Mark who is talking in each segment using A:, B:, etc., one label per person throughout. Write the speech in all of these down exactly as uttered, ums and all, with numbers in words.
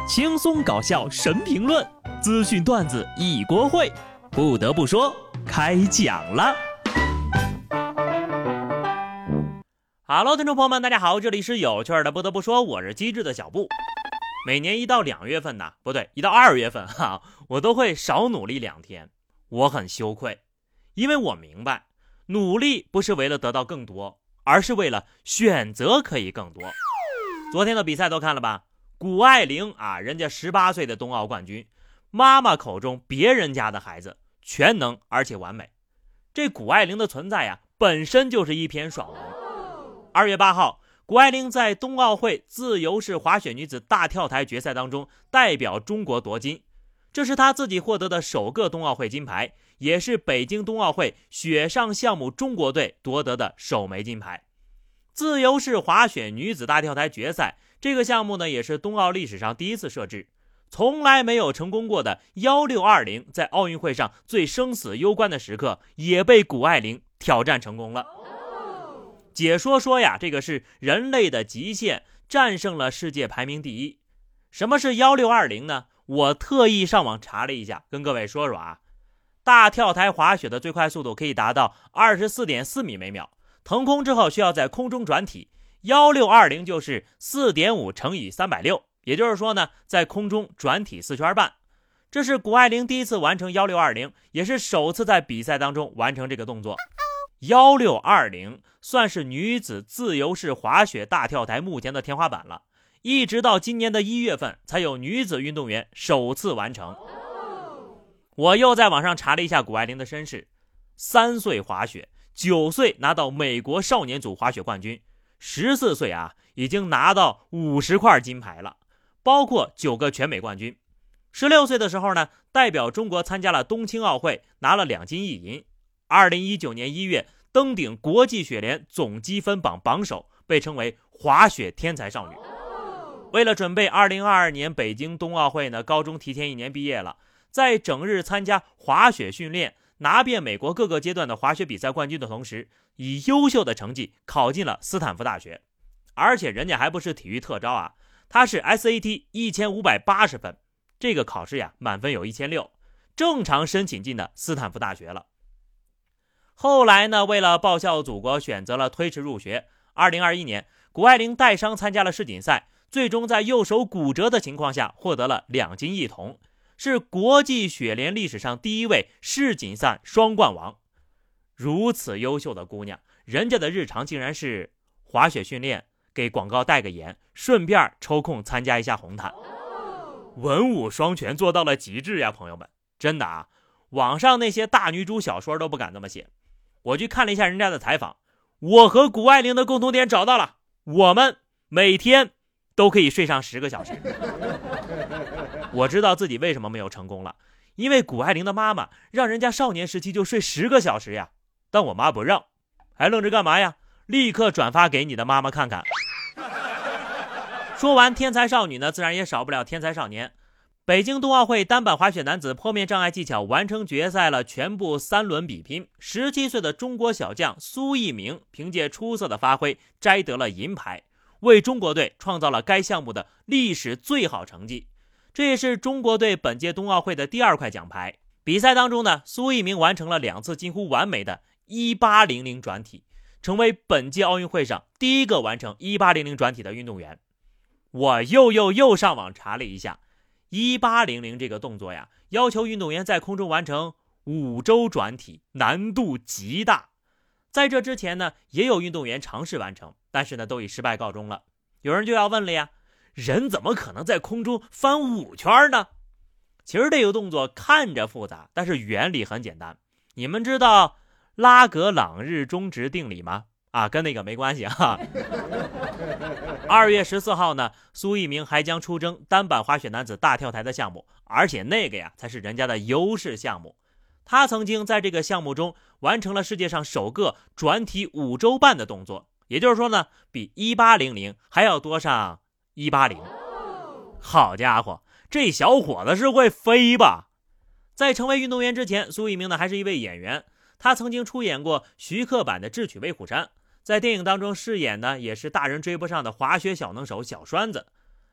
A: 轻松搞笑神评论，资讯段子一锅烩。不得不说，开讲了。Hello， 听众朋友们，大家好，这里是有趣的。不得不说，我是机智的小布。每年一到两月份呢，不对，一到二月份哈，我都会少努力两天。我很羞愧，因为我明白，努力不是为了得到更多，而是为了选择可以更多。昨天的比赛都看了吧？谷爱凌啊，人家十八岁的冬奥冠军，妈妈口中别人家的孩子，全能而且完美。这谷爱凌的存在呀，本身就是一篇爽文。二月八号，谷爱凌在冬奥会自由式滑雪女子大跳台决赛当中代表中国夺金，这是她自己获得的首个冬奥会金牌，也是北京冬奥会雪上项目中国队夺得的首枚金牌。自由式滑雪女子大跳台决赛这个项目呢，也是冬奥历史上第一次设置，从来没有成功过的一六二零，在奥运会上最生死攸关的时刻，也被谷爱凌挑战成功了。解说说呀，这个是人类的极限战胜了世界排名第一。什么是一六二零呢？我特意上网查了一下，跟各位说说啊。大跳台滑雪的最快速度可以达到 二十四点四米每秒，腾空之后需要在空中转体，一六二零就是 四点五乘以三百六十， 也就是说呢，在空中转体四圈半。这是谷爱凌第一次完成一六二零，也是首次在比赛当中完成这个动作。一六二零算是女子自由式滑雪大跳台目前的天花板了，一直到今年的一月份才有女子运动员首次完成。我又在网上查了一下谷爱凌的身世，三岁滑雪，九岁拿到美国少年组滑雪冠军，十四岁啊已经拿到五十块金牌了，包括九个全美冠军。十六岁的时候呢，代表中国参加了冬青奥会，拿了两金一银。二零一九年一月登顶国际雪联总积分榜榜首，被称为滑雪天才少女。为了准备二零二二年北京冬奥会呢，高中提前一年毕业了，在整日参加滑雪训练，拿遍美国各个阶段的滑雪比赛冠军的同时，以优秀的成绩考进了斯坦福大学。而且人家还不是体育特招啊，他是 S A T 一千五百八十分，这个考试呀满分有一千六百，正常申请进的斯坦福大学了。后来呢，为了报效祖国，选择了推迟入学。二零二一年，谷爱凌带伤参加了世锦赛，最终在右手骨折的情况下获得了两金一铜，是国际雪联历史上第一位世锦赛双冠王。如此优秀的姑娘，人家的日常竟然是滑雪训练，给广告代个言，顺便抽空参加一下红毯。文武双全做到了极致呀，朋友们，真的啊，网上那些大女主小说都不敢这么写。我去看了一下人家的采访，我和谷爱凌的共同点找到了，我们每天都可以睡上十个小时。我知道自己为什么没有成功了，因为谷爱凌的妈妈让人家少年时期就睡十个小时呀，但我妈不让，还愣着干嘛呀？立刻转发给你的妈妈看看。说完天才少女呢，自然也少不了天才少年。北京冬奥会单板滑雪男子坡面障碍技巧完成决赛了，全部三轮比拼。十七岁的中国小将苏翊鸣凭借出色的发挥摘得了银牌，为中国队创造了该项目的历史最好成绩。这也是中国队本届冬奥会的第二块奖牌。比赛当中呢，苏翊鸣完成了两次近乎完美的一八零零转体，成为本届奥运会上第一个完成一八零零转体的运动员。我又又又上网查了一下，一八零零这个动作呀，要求运动员在空中完成五周转体，难度极大。在这之前呢，也有运动员尝试完成，但是呢，都以失败告终了。有人就要问了呀，人怎么可能在空中翻五圈呢？其实这个动作看着复杂，但是原理很简单。你们知道拉格朗日中值定理吗？啊，跟那个没关系哈。二月十四号呢，苏翊鸣还将出征单板滑雪男子大跳台的项目，而且那个呀才是人家的优势项目。他曾经在这个项目中完成了世界上首个转体五周半的动作，也就是说呢，比一八零零还要多上一八零。好家伙，这小伙子是会飞吧？在成为运动员之前，苏翊鸣呢还是一位演员，他曾经出演过徐克版的《智取威虎山》，在电影当中饰演呢也是大人追不上的滑雪小能手小栓子。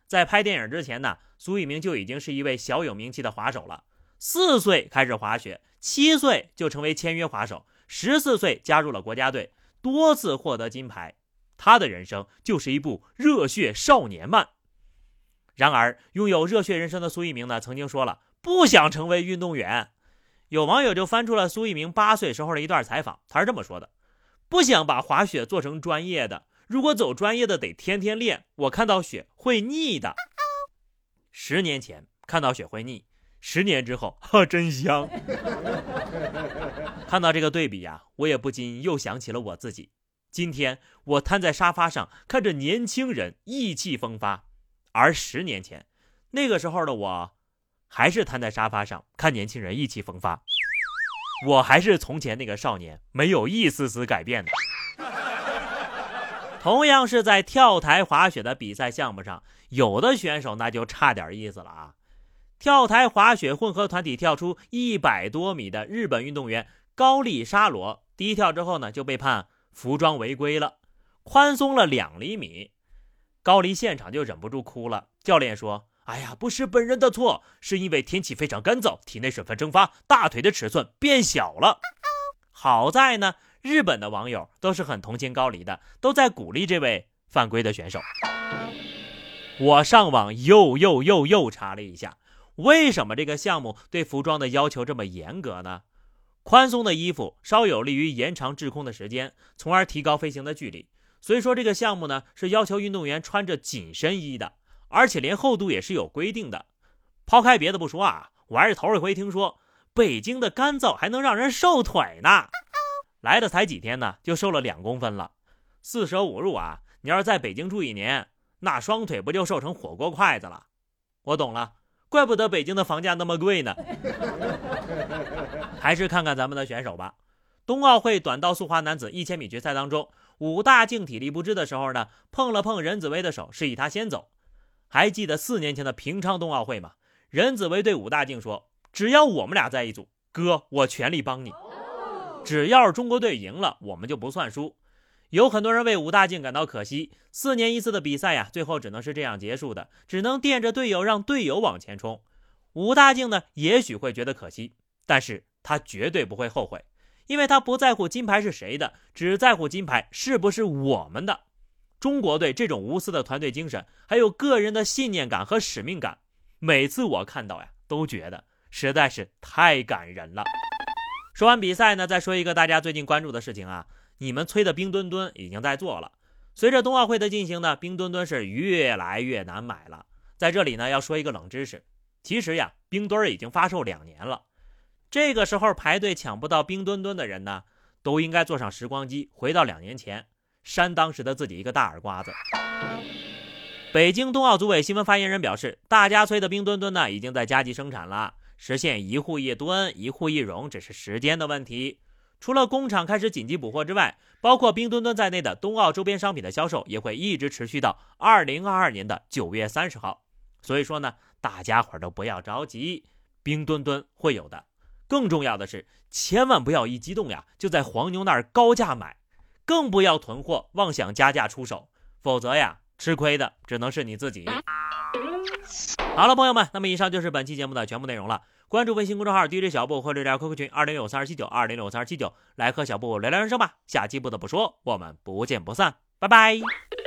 A: 在拍电影之前呢，苏翊鸣就已经是一位小有名气的滑手了。四岁开始滑雪，七岁就成为签约滑手，十四岁加入了国家队，多次获得金牌。他的人生就是一部热血少年漫。然而，拥有热血人生的苏翊鸣呢，曾经说了不想成为运动员。有网友就翻出了苏翊鸣八岁时候的一段采访，他是这么说的：不想把滑雪做成专业的，如果走专业的得天天练，我看到雪会腻的。十年前看到雪会腻，十年之后，哈，真香。看到这个对比呀，我也不禁又想起了我自己。今天我瘫在沙发上，看着年轻人意气风发，而十年前，那个时候的我，还是瘫在沙发上看年轻人意气风发。我还是从前那个少年，没有一丝丝改变的。同样是在跳台滑雪的比赛项目上，有的选手那就差点意思了啊。跳台滑雪混合团体跳出一百多米的日本运动员高丽沙罗，第一跳之后呢，就被判服装违规了，宽松了两厘米。高丽现场就忍不住哭了，教练说：哎呀，不是本人的错，是因为天气非常干燥，体内水分蒸发，大腿的尺寸变小了。好在呢，日本的网友都是很同情高丽的，都在鼓励这位犯规的选手。我上网又又又又查了一下，为什么这个项目对服装的要求这么严格呢？宽松的衣服稍有利于延长滞空的时间，从而提高飞行的距离。所以说这个项目呢，是要求运动员穿着紧身衣的，而且连厚度也是有规定的。抛开别的不说啊，我还是头一回听说北京的干燥还能让人瘦腿呢。来的才几天呢，就瘦了两公分了。四舍五入啊，你要是在北京住一年，那双腿不就瘦成火锅筷子了？我懂了，怪不得北京的房价那么贵呢。还是看看咱们的选手吧。冬奥会短道速滑男子一千米决赛当中，武大靖体力不支的时候呢，碰了碰任子威的手，示意他先走。还记得四年前的平昌冬奥会吗？任子威对武大靖说：只要我们俩在一组，哥，我全力帮你。只要是中国队赢了，我们就不算输。有很多人为武大靖感到可惜，四年一次的比赛呀，最后只能是这样结束的，只能垫着队友让队友往前冲。武大靖呢，也许会觉得可惜，但是他绝对不会后悔，因为他不在乎金牌是谁的，只在乎金牌是不是我们的。中国队这种无私的团队精神，还有个人的信念感和使命感，每次我看到呀，都觉得实在是太感人了。说完比赛呢，再说一个大家最近关注的事情啊，你们催的冰墩墩已经在做了。随着冬奥会的进行呢，冰墩墩是越来越难买了。在这里呢，要说一个冷知识，其实呀，冰墩已经发售两年了。这个时候排队抢不到冰墩墩的人呢，都应该坐上时光机回到两年前，扇当时的自己一个大耳刮子。北京冬奥组委新闻发言人表示，大家催的冰墩墩呢，已经在加急生产了，实现一户一墩一户一容只是时间的问题。除了工厂开始紧急补货之外，包括冰墩墩在内的冬奥周边商品的销售也会一直持续到二零二二年的九月三十号。所以说呢，大家伙都不要着急，冰墩墩会有的。更重要的是，千万不要一激动呀就在黄牛那儿高价买，更不要囤货妄想加价出手，否则呀，吃亏的只能是你自己。好了，朋友们，那么以上就是本期节目的全部内容了。关注微信公众号 D J 小布或者加 Q Q 群二零六三二七九二零六三二七九，来和小布聊聊人生吧。下期不得不说，我们不见不散，拜拜。